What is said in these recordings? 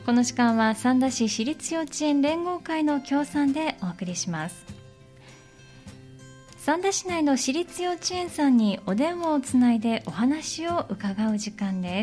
この時間は三田市私立幼稚園連合会の協賛でお送りします。三田市内の私立幼稚園さんにお電話をつないでお話を伺う時間です。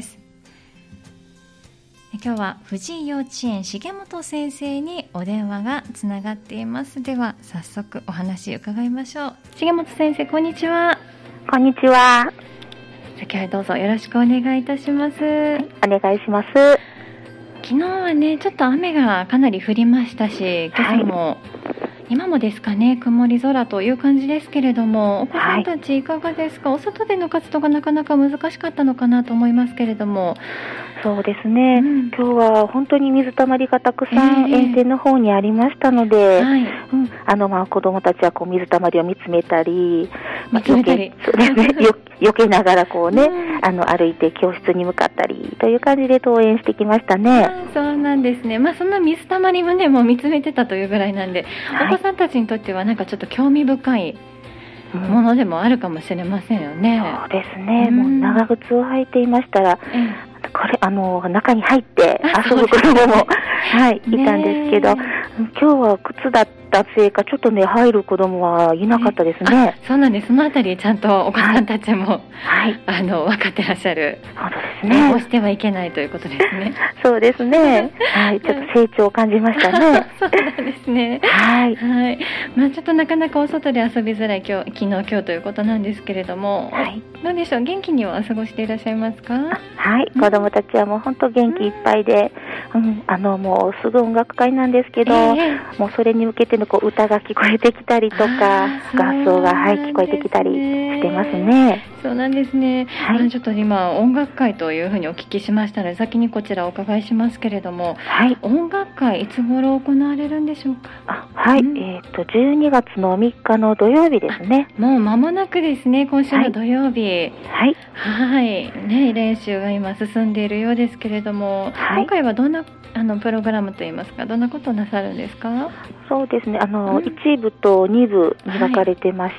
今日は藤井幼稚園重本先生にお電話がつながっています。では早速お話伺いましょう。重本先生、こんにちは。 こんにちは。 先ほどどうぞよろしくお願いいたします。 はい、お願いします。 昨日はね、ちょっと雨がかなり降りましたし、今朝も、今もですかね、曇り空という感じですけれども、お子さんたちいかがですか？お外での活動がなかなか難しかったのかなと思いますけれども。 そうですね、今日は本当に水たまりがたくさん園庭の方にありましたので、子どもたちはこう水たまりを見つめたり、避けながらこうね、歩いて教室に向かったりという感じで登園してきましたね。 そうなんですね。そんな水たまりもね、もう見つめてたというぐらいなんで、お子さんたちにとってはなんかちょっと興味深いものでもあるかもしれませんよね。 そうですね、もう長靴を履いていましたら、これ中に入って遊ぶ子供もいたんですけど、今日は靴だったせいかちょっとね入る子供はいなかったですね。 そうなんです。そのあたりちゃんとお子さんたちも、分かってらっしゃる。 そうですね。 押してはいけないということですね。 そうですね。ちょっと成長を感じましたね。 そうなんですね。ちょっとなかなかお外で遊びづらい昨日今日ということなんですけれども、どうでしょう、元気には過ごしていらっしゃいますか？ 子供たちはもう本当元気いっぱいで、もうすぐ音楽会なんですけど、もうそれに向けての歌が聞こえてきたりとか、合奏が聞こえてきたりしてますね。 そうなんですね。ちょっと今音楽会というふうにお聞きしましたので、先にこちらお伺いしますけれども、音楽会いつ頃行われるんでしょうか ？12月の3日の土曜日ですね。 もう間もなくですね、今週の土曜日。練習が今進んでいるようですけれども、今回はどんなプログラムといいますか、どんなことをなさるんですか？ そうですね、1部と2部に分かれてまして、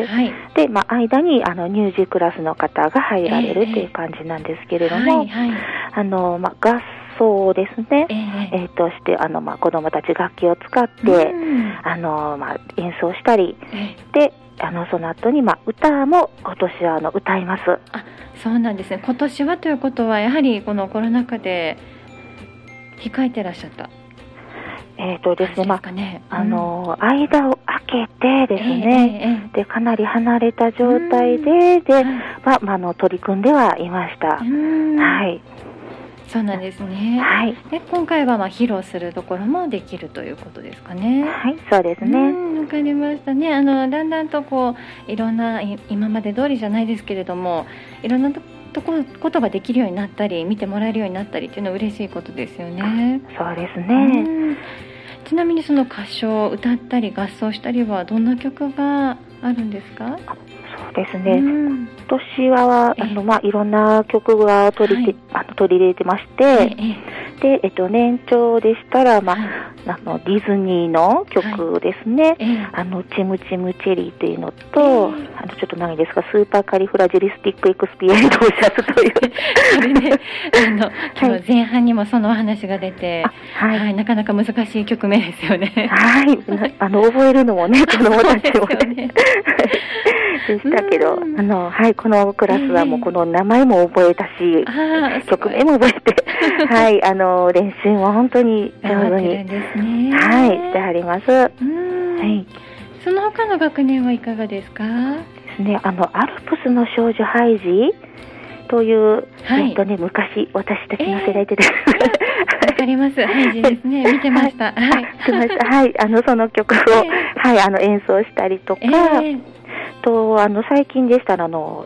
で、間に乳児クラスの方が入られるという感じなんですけれども、合奏ですね、して子どもたち楽器を使って演奏したりで、その後に歌も今年は歌います。 そうなんですね。今年はということはやはりこのコロナ禍で控えてらっしゃったですね、間を空けてですね、でかなり離れた状態で、取り組んではいました。 そうなんですね。で今回は披露するところもできるということですかね。 そうですね。 わかりましたね。だんだんといろんな今まで通りじゃないですけれども、いろんなことができるようになったり、見てもらえるようになったりっていうのは嬉しいことですよね。 そうですね。 ちなみにその歌唱、歌ったり合奏したりはどんな曲があるんですか？ そうですね。今年はいろんな曲が取り入れてまして、で年長でしたらディズニーの曲ですね。チムチムチェリーというのと、ちょっと長いですがスーパーカリフラジリスティックエクスピアリドーシャスという。 それね、今日前半にもそのお話が出て、なかなか難しい曲名ですよね。 覚えるのもね、子供たちもね。でしたけど、このクラスはもうこの名前も覚えたし、曲名も覚えて、練習も本当に上手にしてあります。 その他の学年はいかがですか？ ですね、アルプスの少女ハイジという、昔私たちの世代でです。 わかります。ハイジですね。見てました。 その曲を演奏したりとか。最近でしたら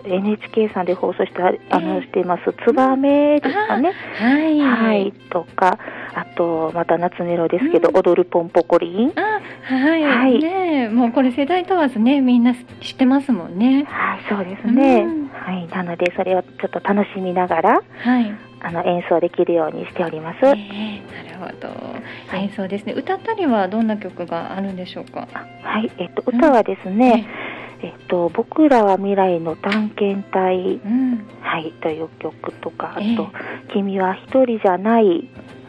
NHK さんで放送していますツバメですかね、とか、あとまた夏メロですけど、踊るポンポコリン、 もうこれ世代問わずね、みんな知ってますもんね。 そうですね。なのでそれをちょっと楽しみながら、演奏できるようにしております。なるほど。演奏ですね。歌ったりはどんな曲があるんでしょうか？ 歌はですね、僕らは未来の探検隊、という曲とか、あと君は一人じゃない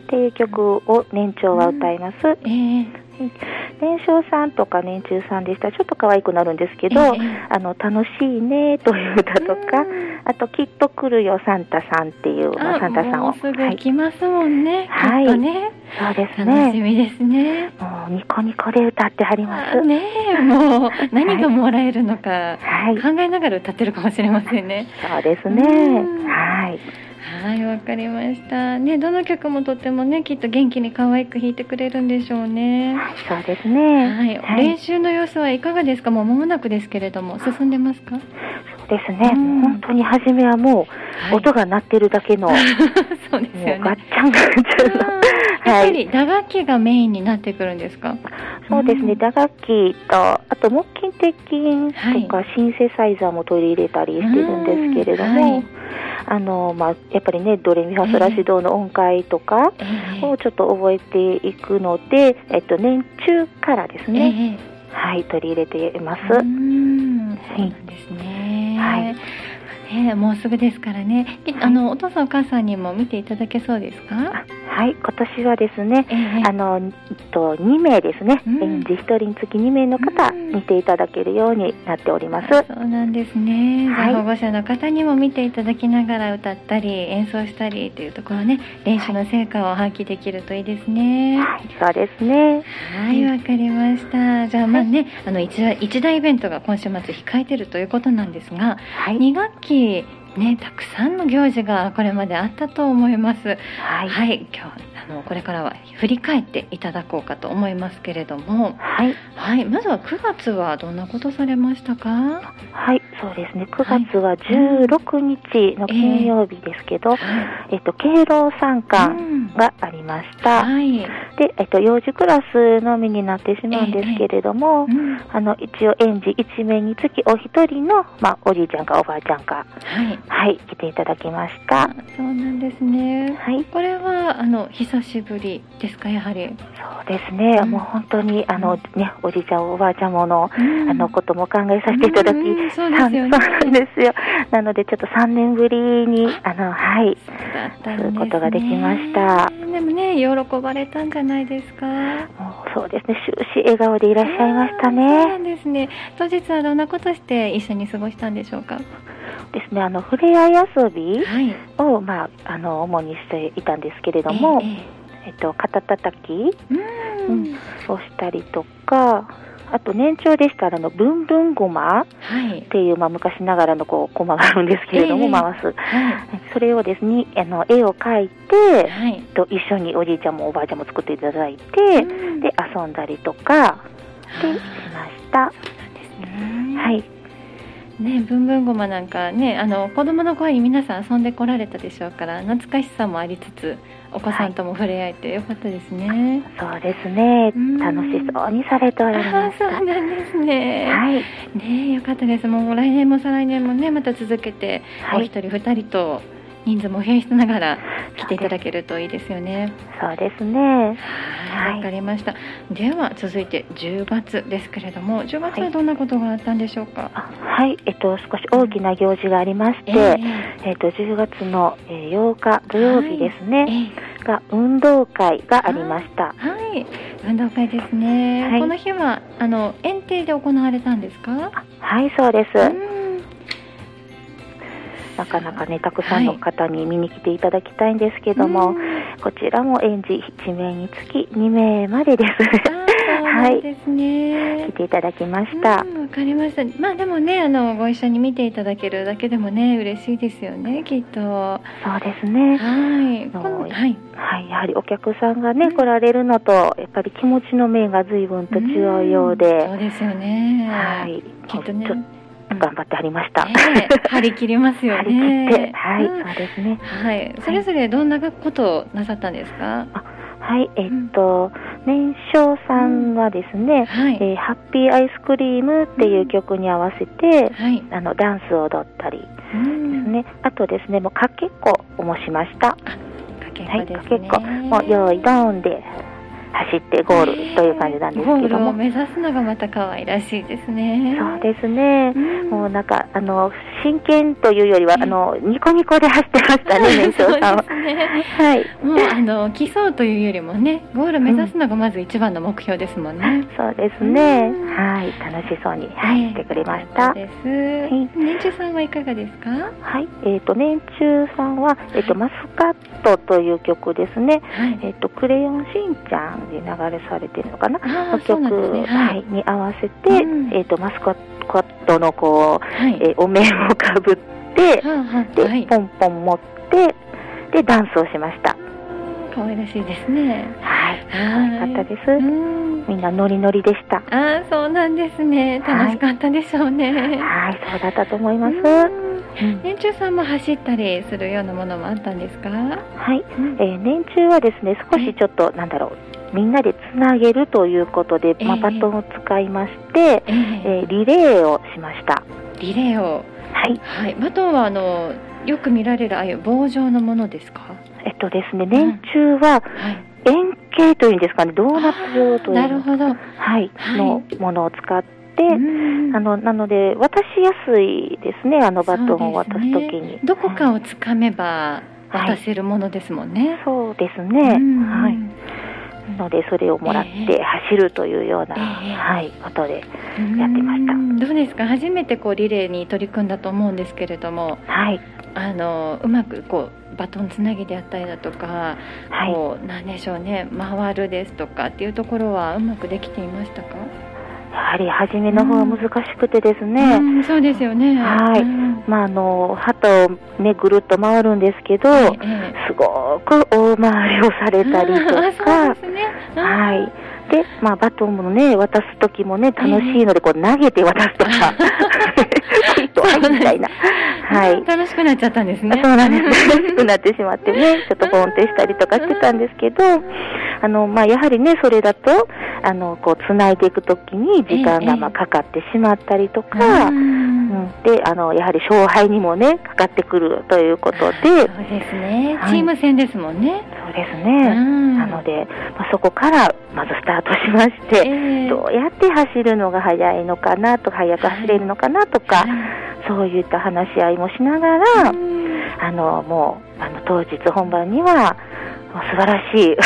っていう曲を年長は歌います。年少さんとか年中さんでしたらちょっと可愛くなるんですけど、楽しいねという歌とか、あときっと来るよサンタさんっていう、サンタさんをもうすぐ来ますもんね、 はい、 きっとね。 そうですね。 楽しみですね。 もうニコニコで歌ってはります。 ねえ、もう何がもらえるのか考えながら歌ってるかもしれませんね。 そうですね。はい。 はい、わかりましたね。どの曲もとってもね、きっと元気に可愛く弾いてくれるんでしょうね。 そうですね。 はい、練習の様子はいかがですか？もう間もなくですけれども、進んでますか？ そうですね。本当に初めはもう音が鳴ってるだけの、 そうですよね。 ガッチャンガッチャンの。 やっぱり打楽器がメインになってくるんですか？ そうですね。打楽器と、あと木琴、鉄琴とかシンセサイザーも取り入れたりしてるんですけれども、やっぱりね、ドレミファソラシドの音階とかをちょっと覚えていくので、年中からですね、はい、取り入れています。そうなんですね。はい。もうすぐですからね。お父さんお母さんにも見ていただけそうですか？ はい、今年はですね、2名ですね、園児1人につき2名の方見ていただけるようになっております。 そうなんですね。じゃあ保護者の方にも見ていただきながら歌ったり演奏したりというところね、練習の成果を発揮できるといいですね。 はい、そうですね。 はい、わかりました。じゃあまあね、一大イベントが今週末控えているということなんですが、2学期ね、たくさんの行事がこれまであったと思います。はい、今日これからは振り返っていただこうかと思いますけれども、まずは9月はどんなことされましたか？ はい、そうですね。9月は16日の金曜日ですけど、敬老参観がありました。で、幼児クラスのみになってしまうんですけれども、一応園児1名につきお一人の、おじいちゃんかおばあちゃんか、来ていただきました。 そうなんですね。これは久しぶりですか？やはり。 そうですね。もう本当におじいちゃんおばあちゃんものことも考えさせていただき、 そうですよね。 そうなんですよ。なのでちょっと3年ぶりにすることができました。 でもね、喜ばれたんじゃないですか？ そうですね。終始笑顔でいらっしゃいましたね。 そうなんですね。当日はどんなことして一緒に過ごしたんでしょうか？ ですね、触れ合い遊びを、主にしていたんですけれども、肩たたきをしたりとか、あと年長でしたらブンブンゴマっていう、昔ながらのゴマがあるんですけれども、回す、それをですね、絵を描いて、一緒におじいちゃんもおばあちゃんも作っていただいて、で遊んだりとかしました。 ね、ブンブンゴマなんかね、子供の声に皆さん遊んでこられたでしょうから、懐かしさもありつつお子さんとも触れ合えてよかったですね。 そうですね。楽しそうにされておられました。 そうなんですね。ね、よかったです。もう来年も再来年もね、また続けて、お一人二人と人数も増やしながら来ていただけるといいですよね。 そうですね。 わかりました。では続いて10月ですけれども、10月はどんなことがあったんでしょうか？ 少し大きな行事がありまして、10月の8日土曜日ですね、が運動会がありました。 運動会ですね。この日は園庭で行われたんですか？ そうです。なかなかね、たくさんの方に見に来ていただきたいんですけども、こちらも園児1名につき2名までです。 そうですね。 来ていただきました。わかりました。でもね、ご一緒に見ていただけるだけでもね、嬉しいですよね、きっと。 そうですね。やはりお客さんがね、来られるのと、やっぱり気持ちの面が随分と違うようで。 そうですよね。きっとね。 頑張ってはりました。 張り切りますよね。 張り切って、そうですね。 それぞれどんなことをなさったんですか？ 年少さんはですね、ハッピーアイスクリームっていう曲に合わせて、ダンスを踊ったりですね。あとですね、もうかけっこもしました。かけっこもう用意ドーンで走ってゴールという感じなんですけども、 ゴールを目指すのがまた可愛らしいですね。 そうですね。もうなんか真剣というよりはニコニコで走ってましたね、年長さんは。 そうですね。 はい。 もう競うというよりもね、ゴール目指すのがまず一番の目標ですもんね。 そうですね。はい、楽しそうに走ってくれました。 です。年中さんはいかがですか？ はい、年中さんはマスカットという曲ですね。クレヨンしんちゃんで流れされてるのかな、の曲に合わせてマスカットのこうお面をかぶってでポンポン持ってでダンスをしました。 可愛らしいですね。 はい、可愛かったです。みんなノリノリでした。 そうなんですね。楽しかったでしょうね。 はい、そうだったと思います。 年中さんも走ったりするようなものもあったんですか？ はい、年中はですね、少しちょっとみんなでつなげるということで、バトンを使いまして、リレーをしました。 リレーを。はい。バトンはよく見られるああいう棒状のものですか？ ですね、年中は円形というんですかね、ドーナツ状というなるほど。 のものを使ってなので渡しやすいですね、バトンを渡すときに。 どこかをつかめば渡せるものですもんね。 そうですね。はい。なのでそれをもらって走るというようなことでやってました。 どうですか？初めてリレーに取り組んだと思うんですけれども、うまくバトンつなぎであったりだとか、なんでしょうね、回るですとかっていうところはうまくできていましたか？ やはり初めの方は難しくてですね。 そうですよね。 はい。旗をねぐるっと回るんですけど、すごく大回りをされたりとか、 そうですね。 はい。で、バトンもね渡す時もね楽しいので投げて渡すとか、みたいな。はい。 楽しくなっちゃったんですね。 そうなんです。楽しくなってしまってね、ちょっとボンってしたりとかしてたんですけど、やはりねそれだとつないでいくときに時間がかかってしまったりとか、でやはり勝敗にもねかかってくるということで、 そうですね。チーム戦ですもんね。 そうですね。なのでそこからまずスタートしまして、どうやって走るのが早いのかなとか、早く走れるのかなとか、そういった話し合いもしながら、もう当日本番には素晴らしい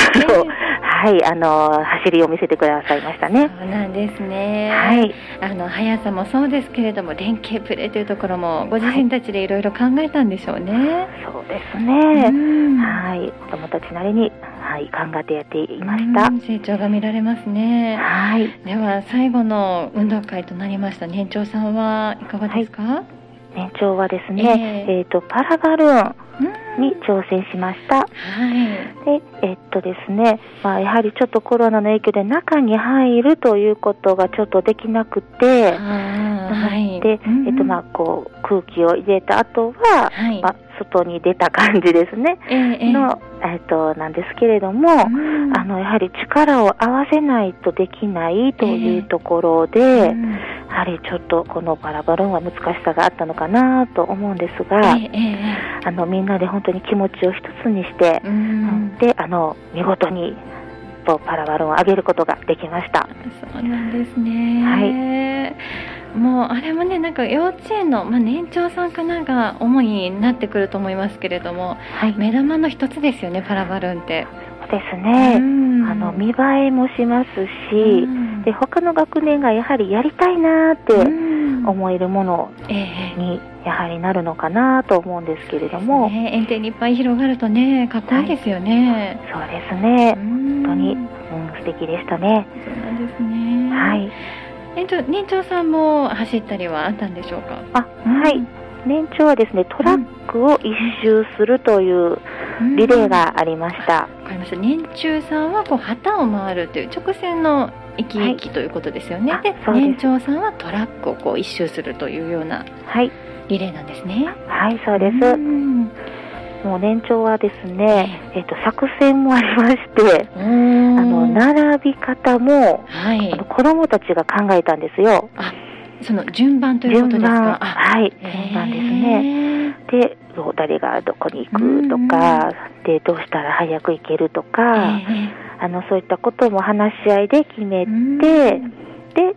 走りを見せてくださいましたね。 そうなんですね。 はい。 速さもそうですけれども、連携プレーというところもご自身たちでいろいろ考えたんでしょうね。 そうですね。はい。子供たちなりに考えてやっていました。 成長が見られますね。 はい。 では最後の運動会となりました年長さんはいかがですか？ 年長はですね、パラバルーンに挑戦しました。で、ですね、やはりちょっとコロナの影響で中に入るということがちょっとできなくて、で、空気を入れた後は、外に出た感じですね。なんですけれども、やはり力を合わせないとできないというところで、やはりちょっとこのパラバルーンは難しさがあったのかなと思うんですが、みんなで本当に気持ちを一つにして、で見事にパラバルーンを上げることができました。 そうなんですね。もうあれもね、なんか幼稚園の、年長さんかなんか主になってくると思いますけれども、目玉の一つですよね、パラバルーンって。 そうですね。見栄えもしますし、で他の学年がやはりやりたいなって思えるものにやはりなるのかなと思うんですけれども、 園庭にいっぱい広がるとね、かっこいいですよね。 そうですね。本当に、素敵でしたね。 そうなんですね。 はい。 年長さんも走ったりはあったんでしょうか？ はい。年長はですね、トラックを一周するというリレーがありました。 わかりました。年中さんは旗を回るという直線の行き来ということですよね。で、年長さんはトラックを一周するというようなリレーなんですね。 はい、そうです。もう年長はですね、作戦もありまして、並び方も、子供たちが考えたんですよ。 その順番ということですか？ はい、順番ですね。で、誰がどこに行くとか、でどうしたら早く行けるとか、そういったことも話し合いで決めて、で、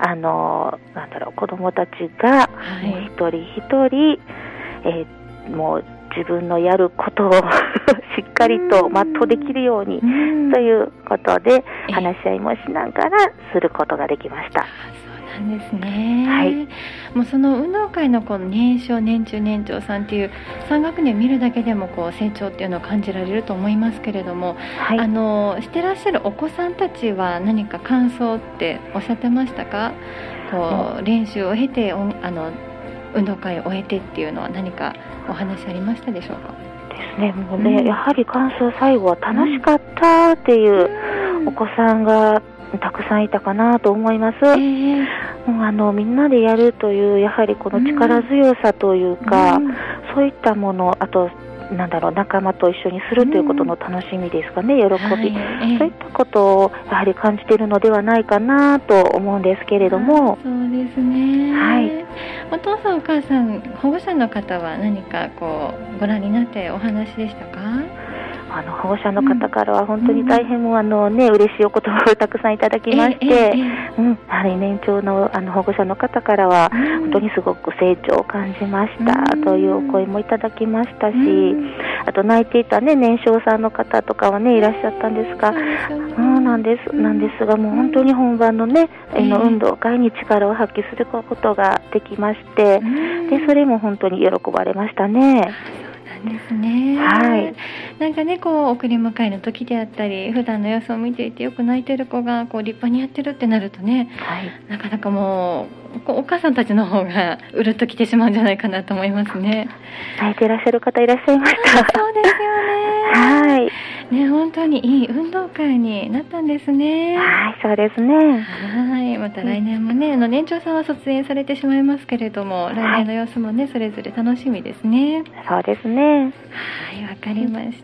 子供たちが一人一人、もう自分のやることをしっかりと全うできるようにということで話し合いもしながらすることができました。 そうなんですね。もうその運動会のこの年少年中年長さんっていう3学年見るだけでもこう成長っていうのを感じられると思いますけれども、してらっしゃるお子さんたちは何か感想っておっしゃってましたか？こう練習を経て運動会を終えてっていうのは何かお話ありましたでしょうか？ ですね、もうね、やはり感想最後は楽しかったっていうお子さんがたくさんいたかなと思います。もうみんなでやるというやはりこの力強さというか、そういったもの、あと仲間と一緒にするということの楽しみですかね、喜び、そういったことをやはり感じているのではないかなと思うんですけれども。 そうですね。お父さんお母さん保護者の方は何かこうご覧になってお話でしたか？ 保護者の方からは本当に大変も嬉しいお言葉をたくさんいただきまして、やはり年長の保護者の方からは本当にすごく成長を感じましたというお声もいただきましたし、あと泣いていた年少さんの方とかはいらっしゃったんですが、なんですがもう本当に本番の運動会に力を発揮することができまして、でそれも本当に喜ばれましたね。 ですね。なんかね、こう送り迎えの時であったり普段の様子を見ていてよく泣いてる子がこう立派にやってるってなるとね、なかなかもうお母さんたちの方がうるっときてしまうんじゃないかなと思いますね。 泣いていらっしゃる方いらっしゃいました。 そうですよね。本当にいい運動会になったんですね。 そうですね。 また来年もね、年長さんは卒園されてしまいますけれども、来年の様子もねそれぞれ楽しみですね。 そうですね。 わかりました。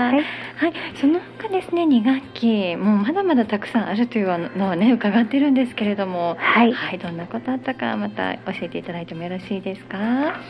その他ですね、2学期もうまだまだたくさんあるというのはね伺ってるんですけれども、どんなことあったかまた教えていただいてもよろしいですか？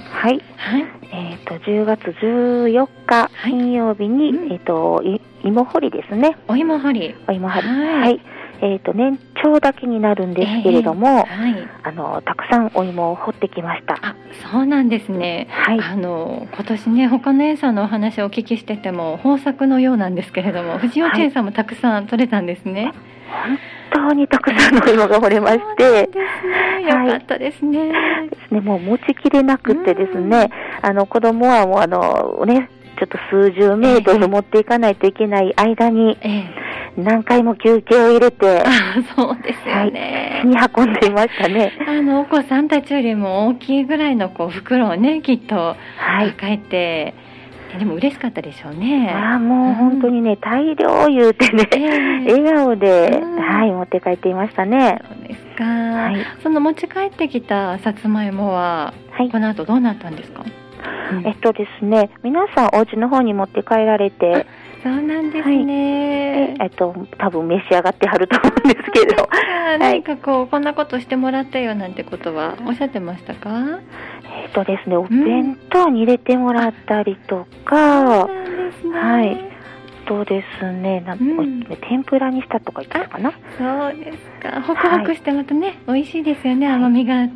10月14日金曜日に、芋掘りですね。 お芋掘り。 年長だけになるんですけれども、たくさんお芋を掘ってきました。 そうなんですね。今年ね他の園さんのお話をお聞きしてても豊作のようなんですけれども、藤尾園さんもたくさん取れたんですね。 本当にたくさんのお芋が掘れまして、 よかったですね。 もう持ちきれなくてですね、子供はもうちょっと数十メートル持っていかないといけない間に、何回も休憩を入れて、 そうですよね。 に運んでいましたね。 お子さんたちよりも大きいぐらいの袋をねきっと抱えて、でも嬉しかったでしょうね。 もう本当にね、大量言うてね、笑顔で、持って帰っていましたね。 そうですか。その持ち帰ってきたさつまいもは、この後どうなったんですか？ ですね、皆さんお家の方に持って帰られて、 そうなんですね。 多分召し上がってはると思うんですけど、 何かこんなことしてもらったよなんてことはおっしゃってましたか？ ですね、お弁当に入れてもらったりとか、そうですね、天ぷらにしたとか言ったかな。 そうですか。ホクホクしてまたね、美味しいですよね、甘みがあって。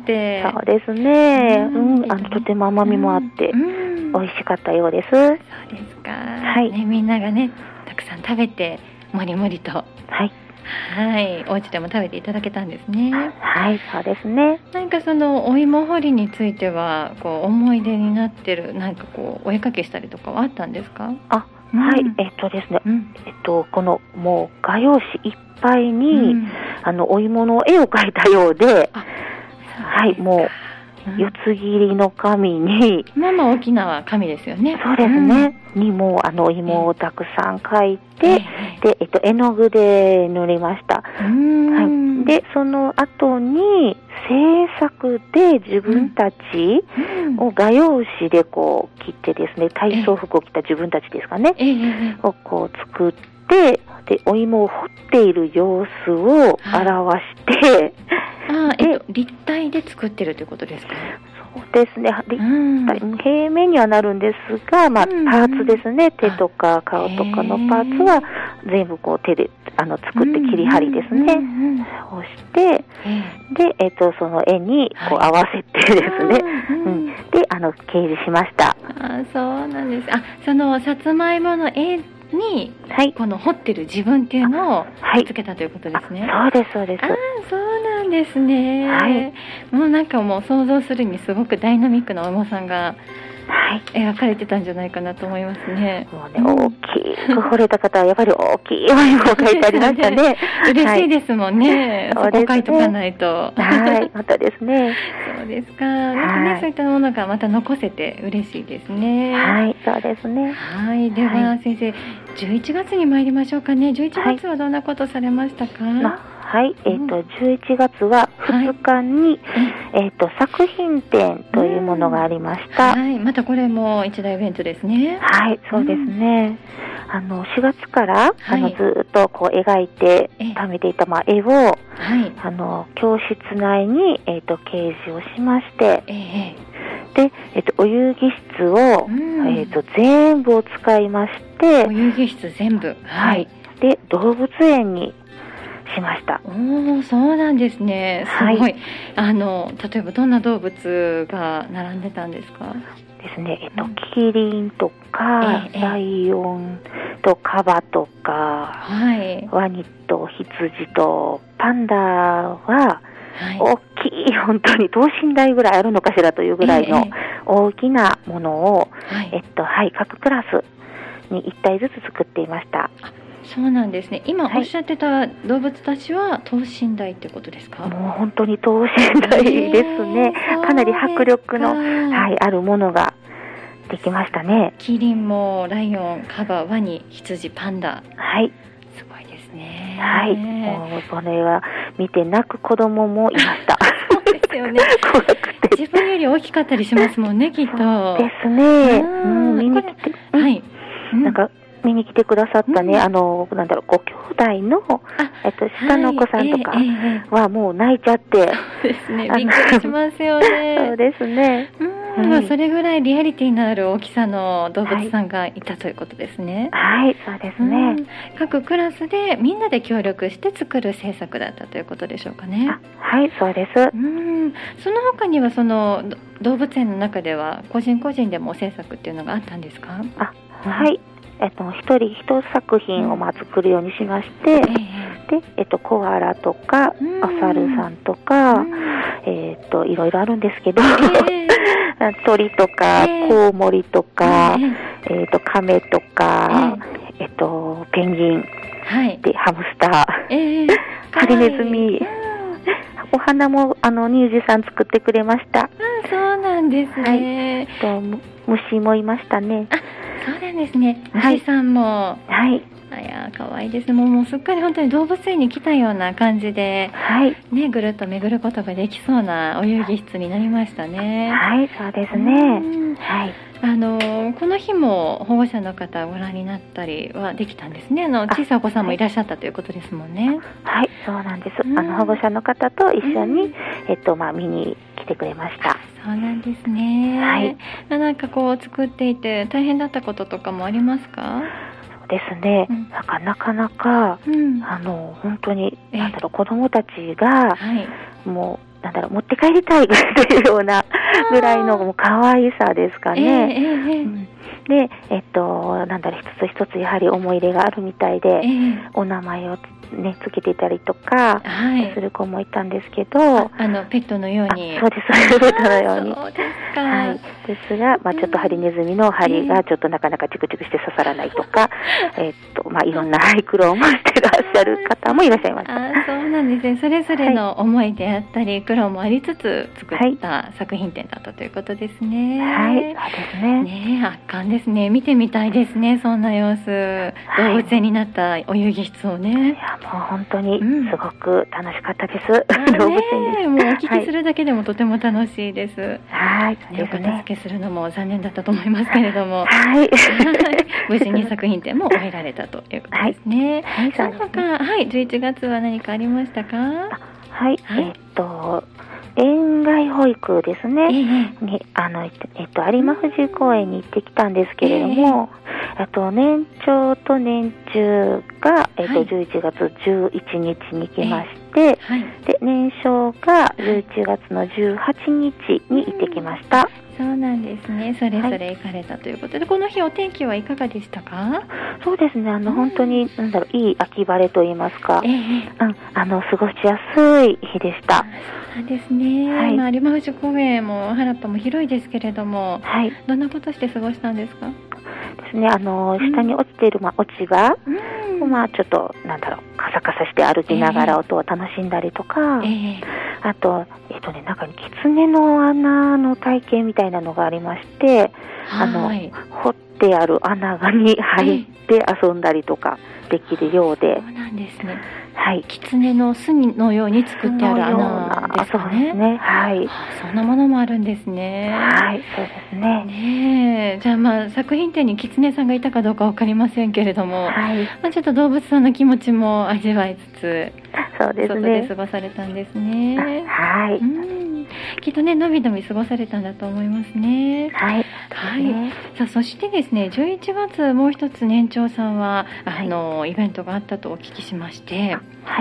そうですね。とても甘みもあって、美味しかったようです。 そうですか。みんながね、たくさん食べてもりもりと。お家でも食べていただけたんですね。 そうですね。 何かそのお芋掘りについては思い出になってるお絵かきしたりとかはあったんですか？ ですね、このもう画用紙いっぱいに、お芋の絵を描いたようで、もう四つ切りの紙に、 大きな紙ですよね。 そうですね。にもお芋をたくさん描いて、で絵の具で塗りました。でその後に制作で自分たちを画用紙で切ってですね、体操服を着た自分たちですかね、を作って、でお芋を掘っている様子を表して、 立体で作ってるということですか？ そうですね。平面にはなるんですが、パーツですね、手とか顔とかのパーツは全部手で作って切り張りですね、をして、で、その絵にこう合わせてですね、で、掲示しました。 そうなんです。そのさつまいもの絵に、この彫ってる自分っていうのをつけたということですね。 そうです、そうです。 そうなんですね。もうなんかもう想像するにすごくダイナミックなお芋さんが描かれてたんじゃないかなと思いますね。 もうね、大きく彫れた方はやっぱり大きいお芋を描いてありましたね。 嬉しいですもんね。そこ書いとかないと。 またですね。 そうですか。なんかね、そういったものがまた残せて嬉しいですね。 そうですね。 では先生、11月に参りましょうかね。11月はどんなことされましたか？ 11月は2日に、作品展というものがありました。 またこれも一大イベントですね。 そうですね。4月から、ずっとこう描いて貯めていた、絵を、教室内に、掲示をしまして、で、お遊戯室を、全部を使いまして、 お遊戯室全部。 で、動物園にしました。 そうなんですね。すごい。例えばどんな動物が並んでたんですか？ ですね。キリンとか、ライオンとカバとか、ワニと羊とパンダは、大きい、本当に等身大ぐらいあるのかしらというぐらいの大きなものを、各クラスに1体ずつ作っていました。 そうなんですね。今おっしゃってた動物たちは等身大ってことですか？ もう本当に等身大ですね。かなり迫力の、あるものができましたね。 キリンもライオン、カバ、ワニ、羊、パンダ。すごいですね。 もうそれは見て泣く子供もいました。 そうですよね。怖くて。自分より大きかったりしますもんね、きっと。 ですね。見に来て、なんか見に来てくださったね、ご兄弟の、下のお子さんとかはもう泣いちゃって。 そうですね。びっくりしますよね。 そうですね。 それぐらいリアリティのある大きさの動物さんがいたということですね。 そうですね。 各クラスでみんなで協力して作る制作だったということでしょうかね。 そうです。 その他にはその動物園の中では個人個人でも制作っていうのがあったんですか？ 一人一作品を作るようにしまして、で、コアラとか、お猿さんとか、いろいろあるんですけど、鳥とか、コウモリとか、カメとか、ペンギン、で、ハムスター、ハリネズミ、お花も、乳児さん作ってくれました。 そうなんですね。 虫もいましたね。 そうなんですね。虫さんも。可愛いですね。もうすっかり本当に動物園に来たような感じで、ぐるっと巡ることができそうなお遊戯室になりましたね。 そうですね。 この日も保護者の方ご覧になったりはできたんですね。小さいお子さんもいらっしゃったということですもんね。 そうなんです。保護者の方と一緒に、見に来てくれました。 そうなんですね。なんかこう作っていて大変だったこととかもありますか？ そうですね。なかなか、本当に、子供たちが、もう、持って帰りたいというようなぐらいのもう可愛さですかね。で、一つ一つやはり思い入れがあるみたいで、お名前をつけていたりとかする子もいたんですけど、 ペットのように。 そうです、ペットのように。 そうですか。 ですが、ちょっとハリネズミの針がちょっとなかなかチクチクして刺さらないとか、いろんな苦労もしてらっしゃる方もいらっしゃいました。 そうなんですね。それぞれの思いであったり、苦労もありつつ作った作品展だったということですね。 そうですね。 圧巻ですね。見てみたいですね、そんな様子。動物園になったお遊戯室をね。 もう本当にすごく楽しかったです。動物園です。 もうお聞きするだけでもとても楽しいです。お片付けするのも残念だったと思いますけれども、無事に作品展も終えられたということですね。その他、11月は何かありましたか？ 園外保育ですね、に有馬富士公園に行ってきたんですけれども、あと年長と年中が、11月11日に来まして、で年少が11月の18日に行ってきました。 そうなんですね。それぞれ行かれたということで、この日お天気はいかがでしたか？ そうですね、本当にいい秋晴れと言いますか、過ごしやすい日でした。 そうですね、有馬富士公園も原っぱも広いですけれども、どんなことして過ごしたんですか？ ですね、下に落ちている、落ち葉を、ちょっとカサカサして歩きながら音を楽しんだりとか、あと中に狐の穴の体験みたいなのがありまして、掘ってある穴に入って遊んだりとかできるようで。 そうなんですね。狐の巣のように作ってある穴ですかね。そうですね。そんなものもあるんですね。 そうですね。 じゃあ作品展に狐さんがいたかどうかわかりませんけれども、ちょっと動物さんの気持ちも味わいつつ、 そうですね。 外で過ごされたんですね。きっとね、のびのび過ごされたんだと思いますね。さあ、そしてですね、11月もう一つ年長さんはイベントがあったとお聞きしまして、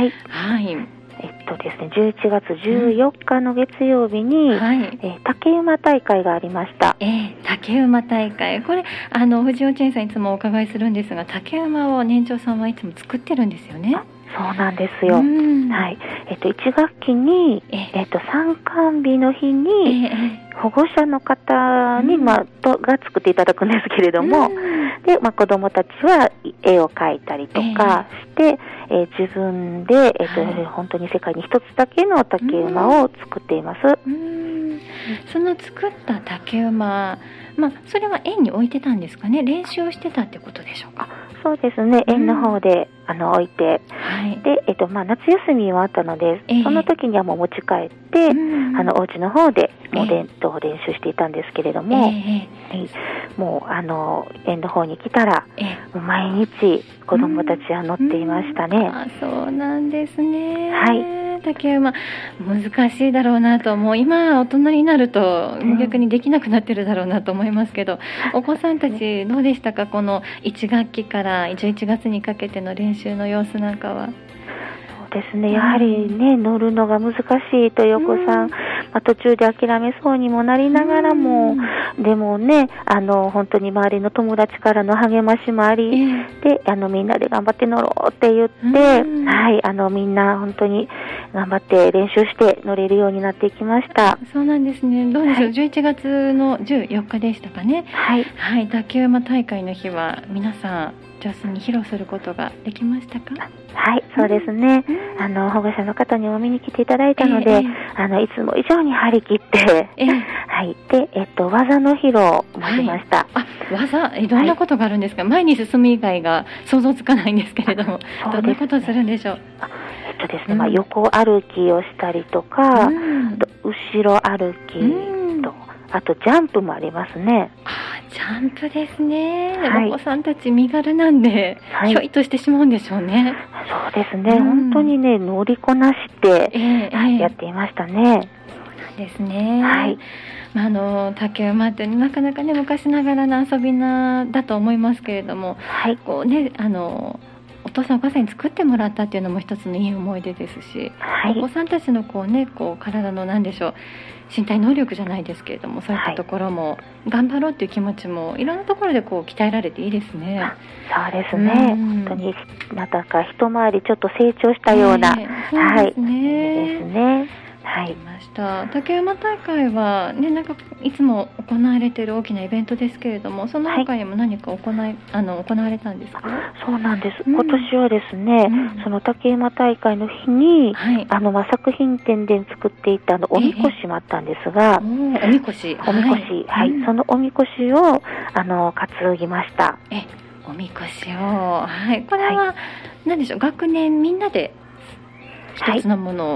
ですね、11月14日の月曜日に、竹馬大会がありました。 竹馬大会、これ藤尾チェンさんいつもお伺いするんですが、竹馬を年長さんはいつも作ってるんですよね。 そうなんですよ。1学期に、参観日の日に、保護者の方に、が作っていただくんですけれども、で、子どもたちは絵を描いたりとかして、自分で、本当に世界に一つだけの竹馬を作っています。 その作った竹馬、それは園に置いてたんですかね。練習をしてたってことでしょうか。 そうですね、園の方で、置いて、で、夏休みもあったので、その時にはもう持ち帰って、お家の方でもう練習していたんですけれども、もう園の方に来たら、もう毎日子どもたちは乗っていましたね。 そうなんですね。竹馬難しいだろうなと、もう今大人になると逆にできなくなってるだろうなと思いますけど、お子さんたちどうでしたか？この1学期から11月にかけての練習の様子なんかは。 そうですね、やはりね、乗るのが難しいというお子さん、途中で諦めそうにもなりながらも、でもね、本当に周りの友達からの励ましもあり、で、みんなで頑張って乗ろうって言って、みんな本当に頑張って練習して乗れるようになっていきました。 そうなんですね。どうでしょう、11月の14日でしたかね。竹馬大会の日は皆さん上手に披露することができましたか？ そうですね。保護者の方にも見に来ていただいたので、いつも以上に張り切って、で、技の披露もしました。 技、どんなことがあるんですか？前に進む以外が想像つかないんですけれども、どんなことをするんでしょう？ ですね、横歩きをしたりとか、後ろ歩きと、あとジャンプもありますね。 ジャンプですね。お子さんたち身軽なんで、ひょいとしてしまうんでしょうね。 そうですね、本当にね、乗りこなして、やっていましたね。 そうなんですね。竹馬ってなかなかね、昔ながらの遊びだと思いますけれども、こうね、お父さんお母さんに作ってもらったっていうのも一つのいい思い出ですし、お子さんたちの体の何でしょう、身体能力じゃないですけれども、そういったところも頑張ろうっていう気持ちもいろんなところで鍛えられていいですね。 そうですね。本当になんか一回りちょっと成長したような、 そうですね。ました。竹馬大会はね、なんかいつも行われている大きなイベントですけれども、その他にも何か行われたんですか？ そうなんです。今年はですね、その竹馬大会の日に、作品展で作っていたおみこしもあったんですが、 おみこし、 そのおみこしを担ぎました。 おみこしを、これは何でしょう、学年みんなで一つのものを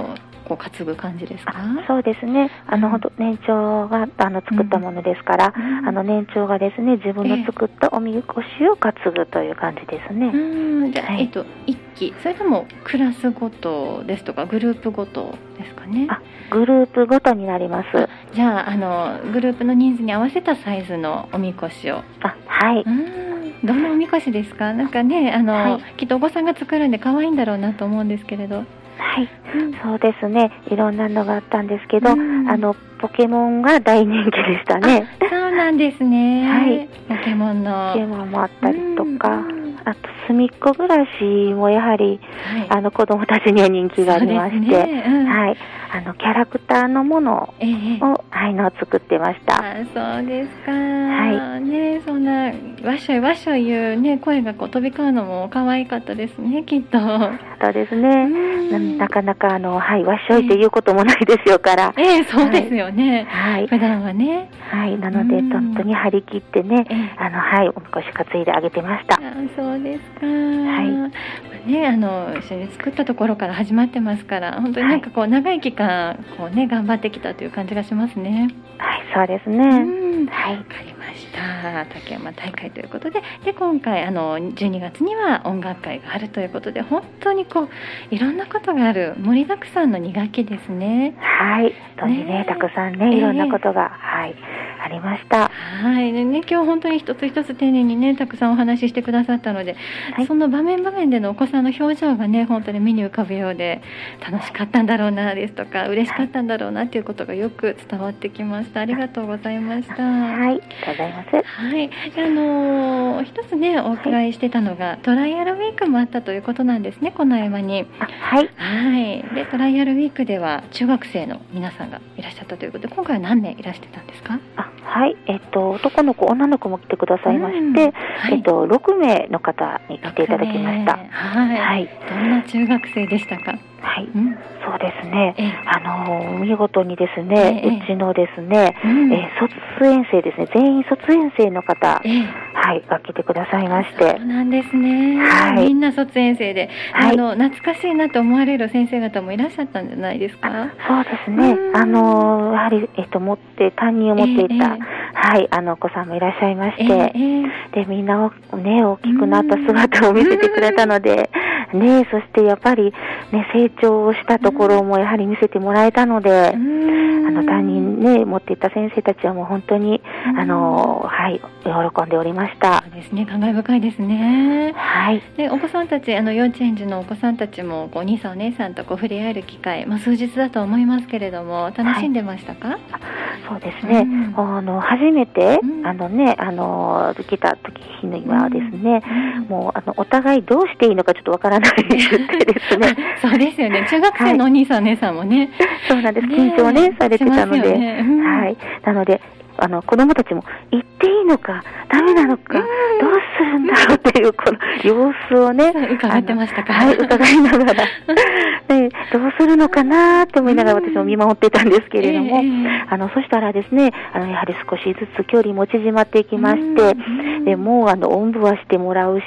こう担ぐ感じですか？ そうですね。本当年長が作ったものですから、年長がですね、自分の作ったおみこしを担ぐという感じですね。 じゃあ、一期、それともクラスごとですとかグループごとですかね？ グループごとになります。 じゃあグループの人数に合わせたサイズのおみこしを。 はい。 どんなおみこしですか？なんかね、きっとお子さんが作るんで可愛いんだろうなと思うんですけれど。 はい、そうですね。いろんなのがあったんですけど、ポケモンが大人気でしたね。 そうなんですね。はい。ポケモンもあったりとか、あと隅っこ暮らしもやはり、子供たちには人気がありまして、はい。キャラクターのものを、作ってました。 そうですか。はい。ね、そんなわっしょいわっしょい言うね、声がこう飛び交うのも可愛かったですね、きっと。 そうですね。なかなかわっしょいっていうこともないですよから。 そうですよね。はい。普段はね。 はい。なので本当に張り切ってね、おみこし担いであげてました。 そうですか。はい。ね、一緒に作ったところから始まってますから、本当になんかこう長い期間こうね頑張ってきたという感じがしますね。 はい、そうですね。 はい、わかりました。竹山大会ということで、今回12月には音楽会があるということで、本当にこういろんなことがある盛りだくさんの2学期ですね。 はい、本当にね、たくさんね、いろんなことがありました。 はい、ね、今日本当に一つ一つ丁寧にねたくさんお話ししてくださったので、その場面場面でのお子さんの表情がね本当に目に浮かぶようで、楽しかったんだろうなですとか嬉しかったんだろうなということがよく伝わってきました。ありがとうございました。 はい、ありがとうございます。 はい、一つねお伺いしてたのが、トライアルウィークもあったということなんですね、この合間に。 はい。 はい。でトライアルウィークでは中学生の皆さんがいらっしゃったということで、今回は何名いらしてたんですか？ はい、男の子女の子も来てくださいまして、6名の方に来ていただきました。 はい。どんな中学生でしたか？ はい、そうですね。見事にですね、うちのですね、卒園生ですね、全員卒園生の方、が来てくださいまして。 そうなんですね。みんな卒園生で、懐かしいなと思われる先生方もいらっしゃったんじゃないですか？ そうですね。やはり担任を持っていた、お子さんもいらっしゃいまして、でみんなね大きくなった姿を見せてくれたので。ね、そしてやっぱり、ね、成長をしたところもやはり見せてもらえたので、担任ね持っていた先生たちはもう本当に喜んでおりました。 そうですね、感慨深いですね。 はい。 でお子さんたち幼稚園児のお子さんたちもお兄さんお姉さんと触れ合える機会、数日だと思いますけれども楽しんでましたか？ そうですね。初めて来た時にはですね、もうお互いどうしていいのかちょっとわからないですですね。 そうですよね。中学生のお兄さんお姉さんもね。 そうなんです。緊張ねされてたので、はい。なので子供たちも行っていいのかダメなのかどうするんだろうっていうこの様子をね伺ってましたか？ はい、伺いながらどうするのかなって思いながら私も見守ってたんですけれども、そしたらですねやはり少しずつ距離も縮まっていきまして、でもうおんぶはしてもらうし、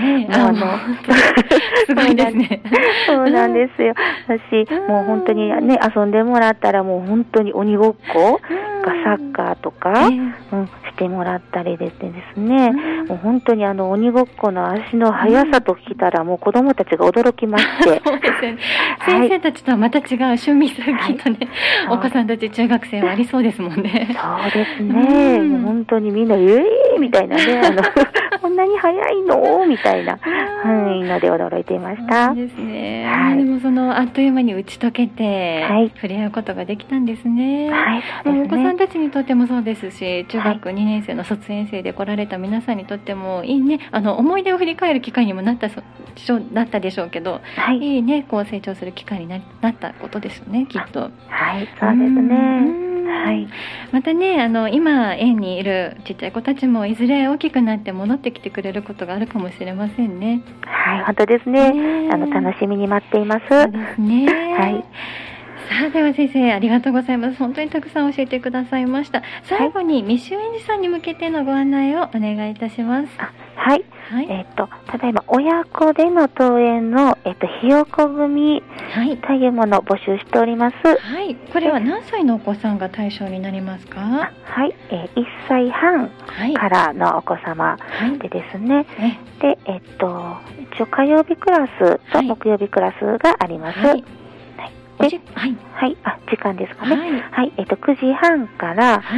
すごいですね。 そうなんですよ。私もう本当にね遊んでもらったらもう本当に鬼ごっこかサッカーとか、してもらったりですね、もう本当に鬼ごっこの足の速さときたらもう子供たちが驚きまして、 そうですよね。先生たちとはまた違う趣味すぎとね、お子さんたち中学生はありそうですもんね。 そうですね。もう本当にみんなみたいなねこんなに速いのみたいなので驚いていました。 そうですね。でもあっという間に打ち解けて、触れ合うことができたんですね。お子さんたちにとってもそうですし、中学2年生の卒園生で来られた皆さんにとってもいいね、思い出を振り返る機会にもなったでしょうけど、いいね、こう成長する機会になったことですよね、きっと。 はい、そうですね。 またね、今園にいるちっちゃい子たちもいずれ大きくなって戻ってきてくれることがあるかもしれませんね。 はい、本当ですね。楽しみに待っています。 そうですね。はい。さあ、では先生ありがとうございます。本当にたくさん教えてくださいました。最後に未就園児さんに向けてのご案内をお願いいたします。 はい。 はい、 ただいま親子での登園の、ひよこ組というものを募集しております。 はい。これは何歳のお子さんが対象になりますか？ はい。1歳半からのお子様でですね。で、一応火曜日クラスと木曜日クラスがあります。はい。時間ですかね。はい。9時半から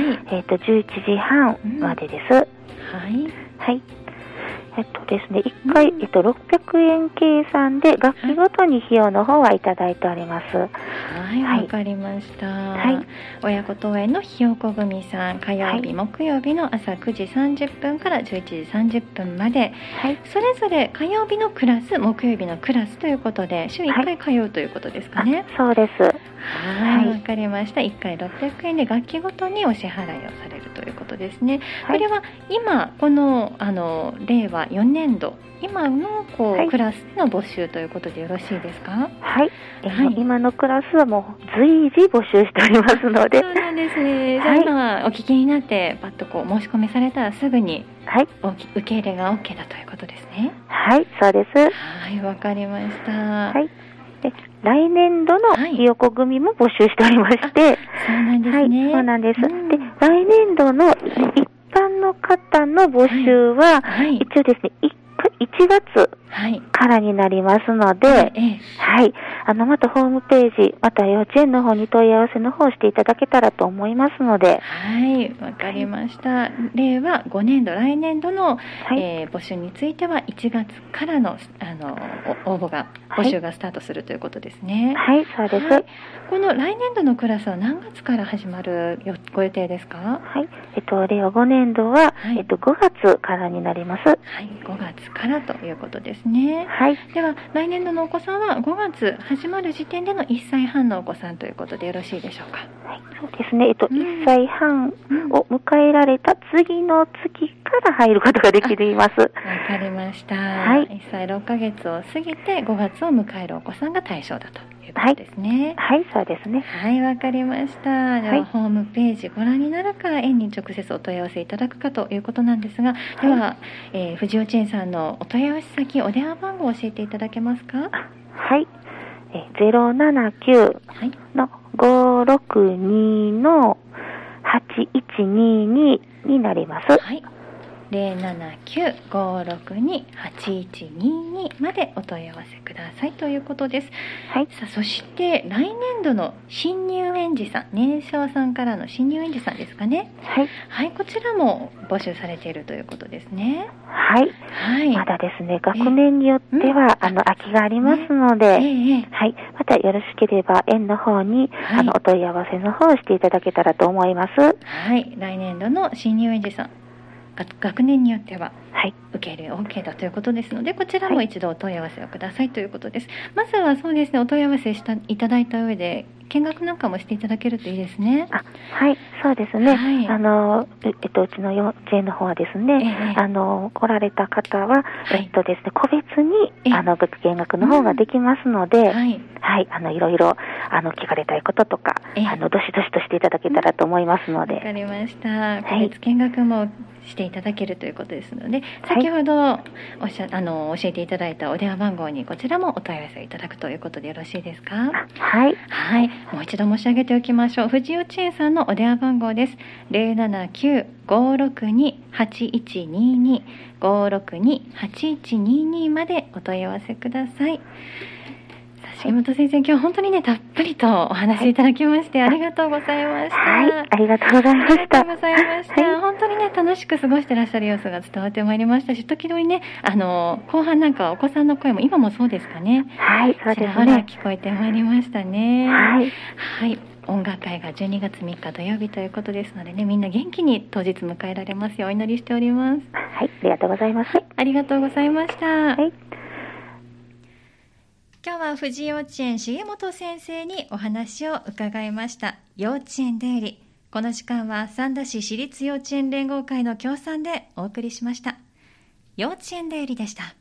、11時半までです。はい。はい。ですね、1回、600円計算で学期ごとに費用の方はいただいております。 はい、わかりました。はい。親子登園のひよこ組さん、火曜日、木曜日の朝9時30分から11時30分まで、それぞれ火曜日のクラス、木曜日のクラスということで、週1回通うということですかね。 そうです。 はい、わかりました。1回600円で学期ごとにお支払いをされるということですね。これは今この令和4年度今のクラスの募集ということでよろしいですか？ はい。今のクラスはもう随時募集しておりますので。 そうなんですね。じゃあ今お聞きになってパッと申し込みされたらすぐに受け入れが OK だということですね。 はい、そうです。 はい、わかりました。 はい。で、来年度のひよこ組も募集しておりまして、 そうなんですね。 はい、そうなんです。で、来年度の一般の方の募集は、一応ですね、1月からになりますので、はい、またホームページ、また幼稚園の方に問い合わせの方していただけたらと思いますので。 はい、わかりました。令和5年度、来年度の、募集については1月からの、募集がスタートするということですね。 はい、そうです。 この来年度のクラスは何月から始まるご予定ですか？ はい、令和5年度は、5月からになります。はい、 5月からということですね。 はい。 では来年度のお子さんは5月始まる時点での1歳半のお子さんということでよろしいでしょうか？ はい、そうですね。1歳半を迎えられた次の月から入ることができます。わかりました。はい。1歳6ヶ月を過ぎて5月を迎えるお子さんが対象だということですね。 はい、そうですね。 はい、わかりました。では、ホームページご覧になるか、園に直接お問い合わせいただくかということなんですが、では、富士幼稚園さんのお問い合わせ先、お電話番号を教えていただけますか？ はい。079の562の8122になります。 はい。079-562-8122までお問い合わせくださいということです。はい。さあ、そして来年度の新入園児さん、年少さんからの新入園児さんですかね。はい。はい、こちらも募集されているということですね。 はい。はい。まだですね、学年によっては、空きがありますので、はい。またよろしければ園の方に、お問い合わせの方をしていただけたらと思います。はい。 来年度の新入園児さん。学年によっては受け入れ OK だということですので、こちらも一度お問い合わせをくださいということです。まずはそうですね、お問い合わせいただいた上で見学なんかもしていただけるといいですね。 はい、そうですね。はい、うちの幼稚園の方はですね、来られた方は、ですね、個別に見学の方ができますので、はい、いろいろ聞かれたいこととか、どしどしとしていただけたらと思いますので。わかりました。個別見学もしていただけるということですので、先ほど教えていただいたお電話番号にこちらもお問い合わせいただくということでよろしいですか？はい。はい。もう一度申し上げておきましょう。富士幼稚園さんのお電話番号です。079-562-8122 562-8122までお問い合わせください。重本先生、今日本当にね、たっぷりとお話いただきまして、ありがとうございました。 はい、ありがとうございました。 ありがとうございました。本当にね、楽しく過ごしてらっしゃる様子が伝わってまいりましたし、時々ね、後半なんかお子さんの声も今もそうですかね。 はい、そうですね。 ちらほら聞こえてまいりましたね。 はい。 はい。音楽会が12月3日土曜日ということですのでね、みんな元気に当日迎えられますようお祈りしております。 はい、ありがとうございます。 ありがとうございました。 はい。 今日は富士幼稚園重本先生にお話を伺いました。幼稚園出入り。この時間は三田市私立幼稚園連合会の協賛でお送りしました。幼稚園出入りでした。